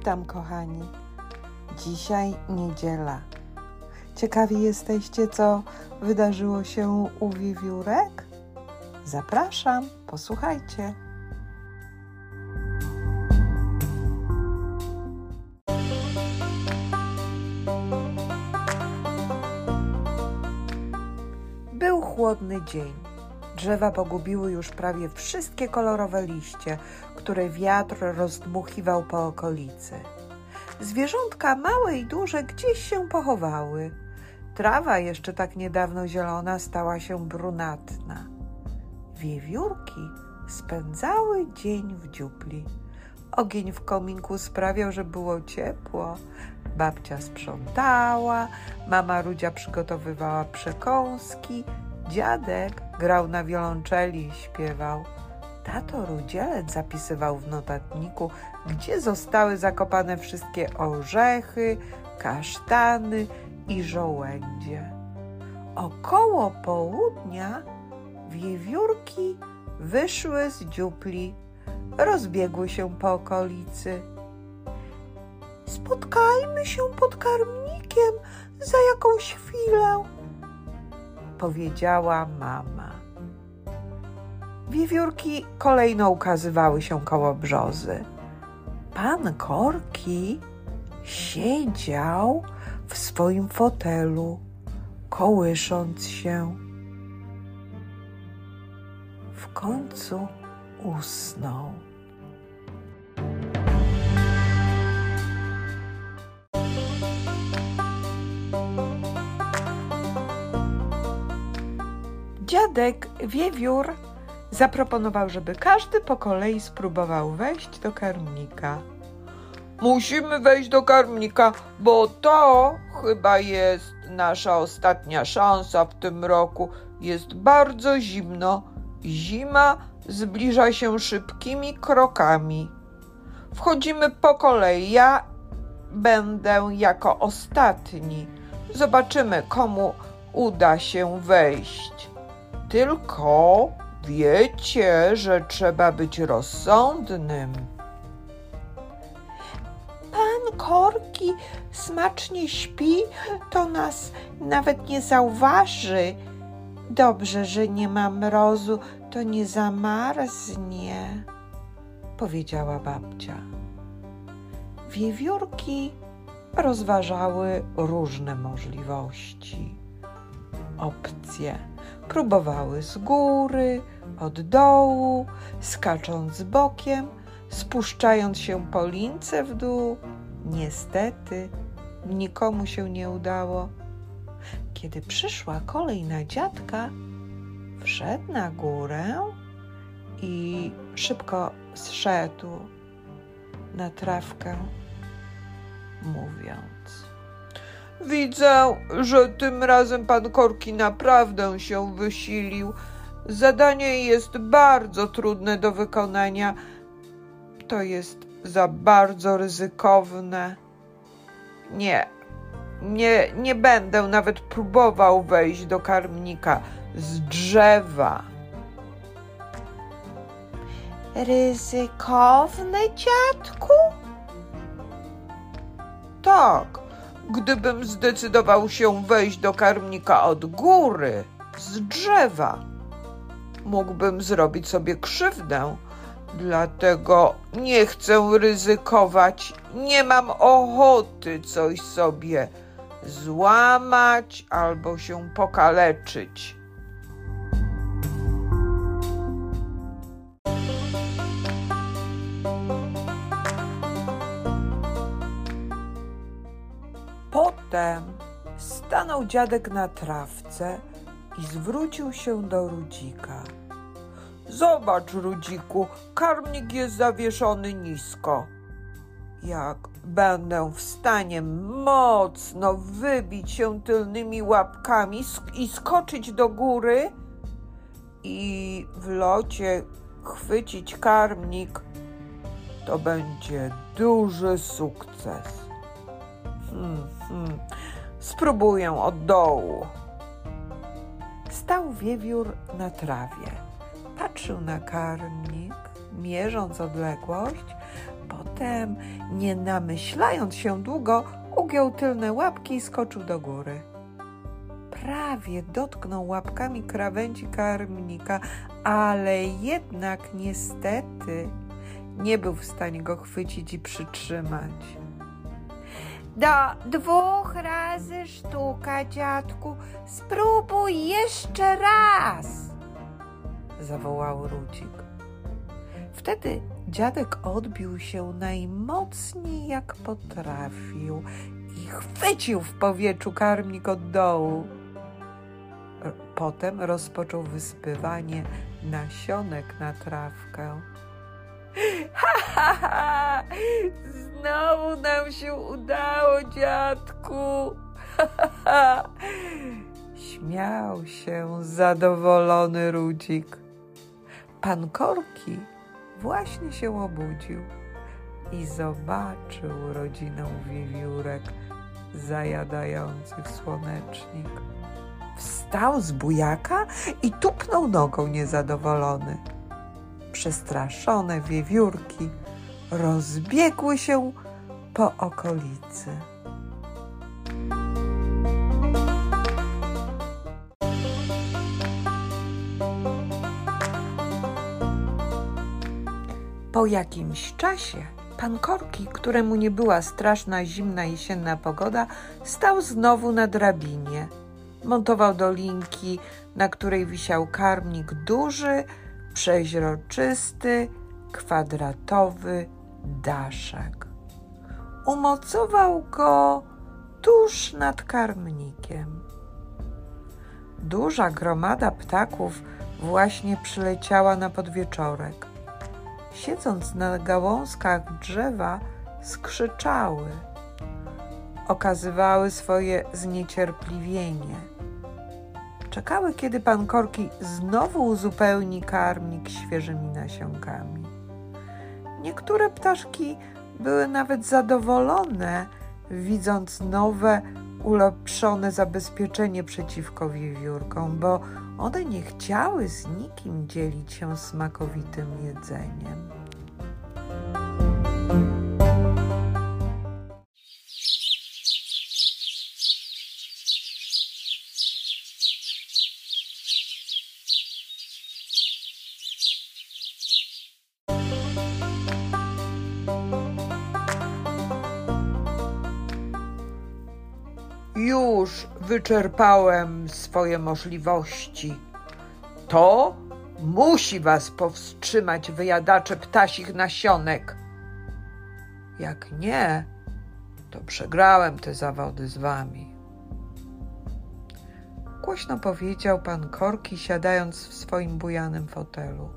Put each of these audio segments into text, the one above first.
Witam, kochani. Dzisiaj niedziela. Ciekawi jesteście, co wydarzyło się u wiewiórek? Zapraszam, posłuchajcie. Był chłodny dzień. Drzewa pogubiły już prawie wszystkie kolorowe liście, które wiatr rozdmuchiwał po okolicy. Zwierzątka małe i duże gdzieś się pochowały. Trawa jeszcze tak niedawno zielona stała się brunatna. Wiewiórki spędzały dzień w dziupli. Ogień w kominku sprawiał, że było ciepło. Babcia sprzątała, mama Rudzia przygotowywała przekąski, dziadek grał na wiolonczeli i śpiewał. Tato Rudzielec zapisywał w notatniku, gdzie zostały zakopane wszystkie orzechy, kasztany i żołędzie. Około południa wiewiórki wyszły z dziupli, rozbiegły się po okolicy. Spotkajmy się pod karmnikiem za jakąś chwilę, powiedziała mama. Wiewiórki kolejno ukazywały się koło brzozy. Pan Korki siedział w swoim fotelu, kołysząc się. W końcu usnął. Dziadek wiewiór zaproponował, żeby każdy po kolei spróbował wejść do karmnika. Musimy wejść do karmnika, bo to chyba jest nasza ostatnia szansa w tym roku. Jest bardzo zimno. Zima zbliża się szybkimi krokami. Wchodzimy po kolei. Ja będę jako ostatni. Zobaczymy, komu uda się wejść. Tylko wiecie, że trzeba być rozsądnym. Pan Korki smacznie śpi, to nas nawet nie zauważy. Dobrze, że nie ma mrozu, to nie zamarznie, powiedziała babcia. Wiewiórki rozważały różne możliwości, opcje. Próbowały z góry, od dołu, skacząc bokiem, spuszczając się po lince w dół. Niestety nikomu się nie udało. Kiedy przyszła kolej na dziadka, wszedł na górę i szybko zszedł na trawkę, mówiąc: Widzę, że tym razem pan Korki naprawdę się wysilił. Zadanie jest bardzo trudne do wykonania. To jest za bardzo ryzykowne. Nie będę nawet próbował wejść do karmnika z drzewa. Ryzykowne, dziadku? Tak. Gdybym zdecydował się wejść do karmnika od góry, z drzewa, mógłbym zrobić sobie krzywdę. Dlatego nie chcę ryzykować. Nie mam ochoty coś sobie złamać albo się pokaleczyć. Potem stanął dziadek na trawce i zwrócił się do Rudzika. Zobacz, Rudziku, karmnik jest zawieszony nisko. Jak będę w stanie mocno wybić się tylnymi łapkami i skoczyć do góry i w locie chwycić karmnik, to będzie duży sukces. Spróbuję od dołu. Stał wiewiór na trawie. Patrzył na karmnik, mierząc odległość, potem potem, nie namyślając się długo, ugiął tylne łapki i skoczył do góry. Prawie dotknął łapkami krawędzi karmnika, ale jednak niestety nie był w stanie go chwycić i przytrzymać. Do 2 razy sztuka, dziadku. Spróbuj jeszcze raz, zawołał Rudzik. Wtedy dziadek odbił się najmocniej jak potrafił i chwycił w powietrzu karmnik od dołu. Potem rozpoczął wysypywanie nasionek na trawkę. Ha! Znowu nam się udało, dziadku! Śmiał się zadowolony Rudzik. Pan Korki właśnie się obudził i zobaczył rodzinę wiewiórek zajadających słonecznik. Wstał z bujaka i tupnął nogą niezadowolony. Przestraszone wiewiórki rozbiegły się po okolicy. Po jakimś czasie pan Korki, któremu nie była straszna zimna jesienna pogoda, stał znowu na drabinie. Montował do linki, na której wisiał karmnik duży, przeźroczysty, kwadratowy daszek. Umocował go tuż nad karmnikiem. Duża gromada ptaków właśnie przyleciała na podwieczorek. Siedząc na gałązkach drzewa, skrzyczały. Okazywały swoje zniecierpliwienie. Czekały, kiedy pan Korki znowu uzupełni karmnik świeżymi nasionkami. Niektóre ptaszki były nawet zadowolone, widząc nowe, ulepszone zabezpieczenie przeciwko wiewiórkom, bo one nie chciały z nikim dzielić się smakowitym jedzeniem. Już wyczerpałem swoje możliwości. To musi was powstrzymać, wyjadacze ptasich nasionek. Jak nie, to przegrałem te zawody z wami. Głośno powiedział pan Korki, siadając w swoim bujanym fotelu.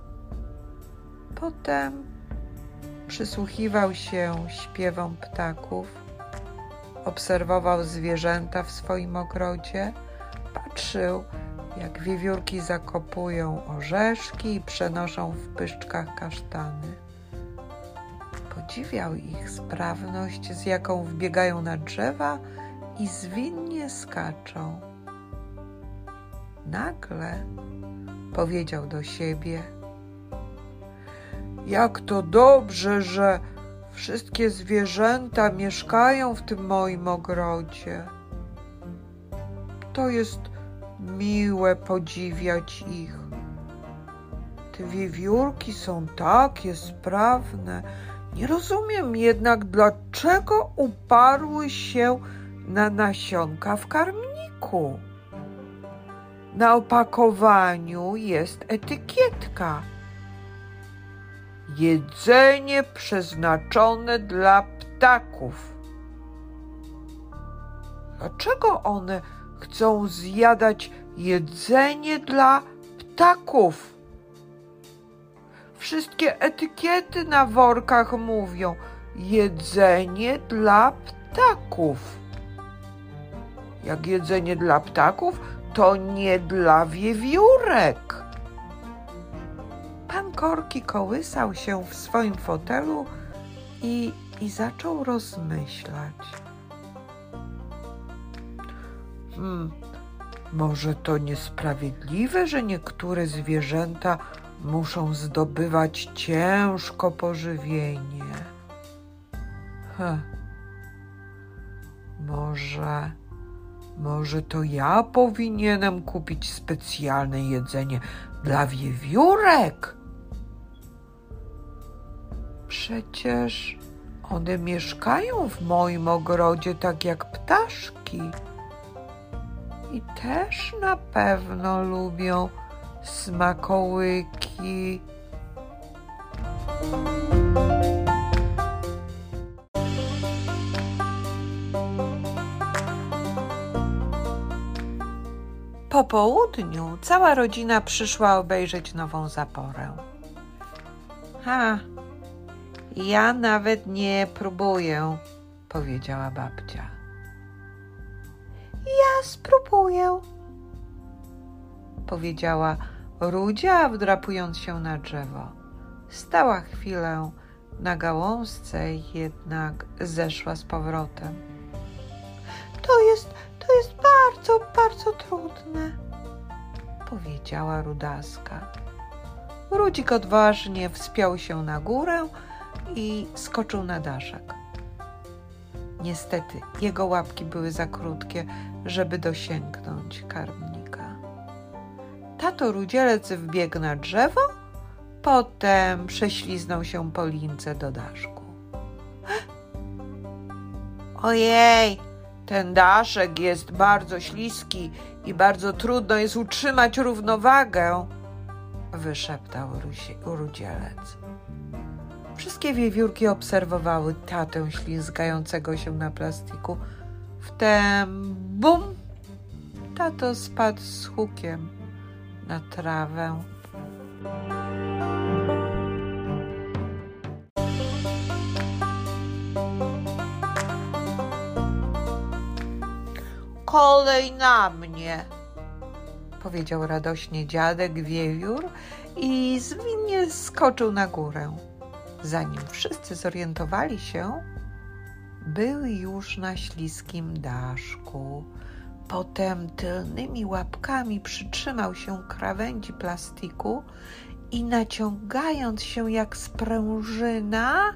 Potem przysłuchiwał się śpiewom ptaków, obserwował zwierzęta w swoim ogrodzie, patrzył, jak wiewiórki zakopują orzeszki i przenoszą w pyszczkach kasztany. Podziwiał ich sprawność, z jaką wbiegają na drzewa i zwinnie skaczą. Nagle powiedział do siebie: jak to dobrze, że wszystkie zwierzęta mieszkają w tym moim ogrodzie. To jest miłe podziwiać ich. Te wiewiórki są takie sprawne. Nie rozumiem jednak, dlaczego uparły się na nasionka w karmniku. Na opakowaniu jest etykietka. Jedzenie przeznaczone dla ptaków. Dlaczego one chcą zjadać jedzenie dla ptaków? Wszystkie etykiety na workach mówią: jedzenie dla ptaków. Jak jedzenie dla ptaków, to nie dla wiewiórek. Pan Korki kołysał się w swoim fotelu i zaczął rozmyślać. Może to niesprawiedliwe, że niektóre zwierzęta muszą zdobywać ciężko pożywienie. Może to ja powinienem kupić specjalne jedzenie dla wiewiórek? Przecież one mieszkają w moim ogrodzie tak jak ptaszki i też na pewno lubią smakołyki. Po południu cała rodzina przyszła obejrzeć nową zaporę. Ja nawet nie próbuję, powiedziała babcia. Ja spróbuję, powiedziała Rudzia, wdrapując się na drzewo. Stała chwilę na gałązce, jednak zeszła z powrotem. To jest bardzo, bardzo trudne, powiedziała Rudaska. Rudzik odważnie wspiął się na górę i skoczył na daszek. Niestety jego łapki były za krótkie, żeby dosięgnąć karmnika. Tato Rudzielec wbiegł na drzewo, potem prześliznął się po lince do daszku. Ojej, ten daszek jest bardzo śliski i bardzo trudno jest utrzymać równowagę, wyszeptał Rudzielec. Wszystkie wiewiórki obserwowały tatę ślizgającego się na plastiku. Wtem bum! Tato spadł z hukiem na trawę. Kolej na mnie, powiedział radośnie dziadek wiewiór i zwinnie skoczył na górę. Zanim wszyscy zorientowali się, był już na śliskim daszku. Potem tylnymi łapkami przytrzymał się krawędzi plastiku i naciągając się jak sprężyna,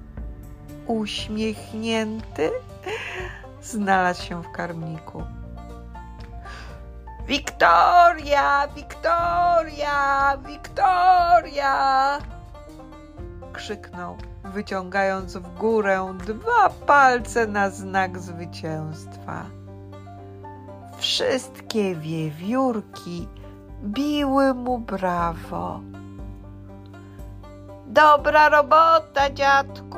uśmiechnięty, znalazł się w karmniku. Wiktoria! Wiktoria! Wiktoria! Krzyknął, wyciągając w górę 2 palce na znak zwycięstwa. Wszystkie wiewiórki biły mu brawo. Dobra robota, dziadku!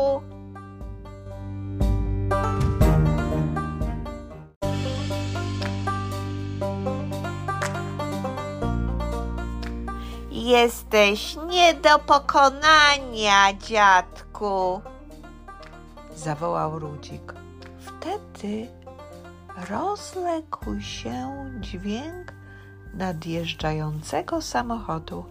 Jesteś nie do pokonania, dziadku, zawołał Rudzik. Wtedy rozległ się dźwięk nadjeżdżającego samochodu.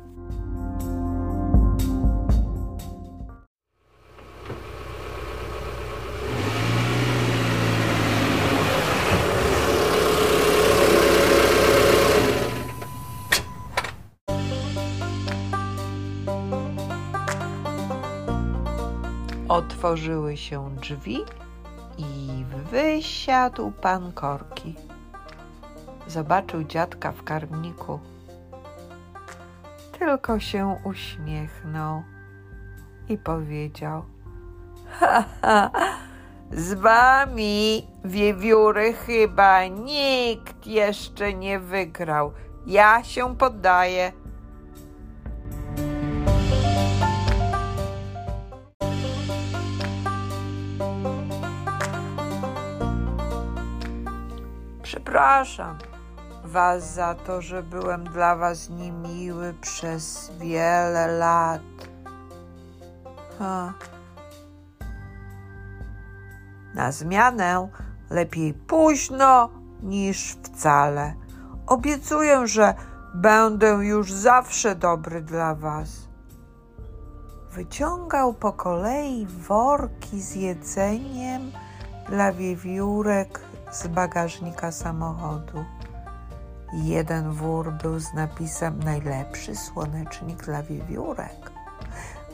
Otworzyły się drzwi i wysiadł pan Korki. Zobaczył dziadka w karmniku. Tylko się uśmiechnął i powiedział: z wami, wiewióry, chyba nikt jeszcze nie wygrał. Ja się poddaję. Przepraszam was za to, że byłem dla was niemiły przez wiele lat. Na zmianę lepiej późno niż wcale. Obiecuję, że będę już zawsze dobry dla was. Wyciągał po kolei worki z jedzeniem dla wiewiórek z bagażnika samochodu. Jeden wór był z napisem: najlepszy słonecznik dla wiewiórek.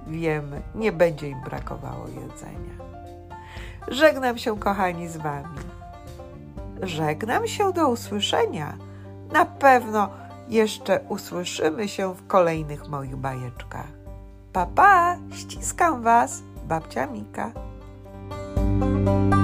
wiemy, nie będzie im brakowało jedzenia. Żegnam się, kochani, z wami. Żegnam się, do usłyszenia. Na pewno jeszcze usłyszymy się w kolejnych moich bajeczkach. Pa, pa! Ściskam was, babcia Mika.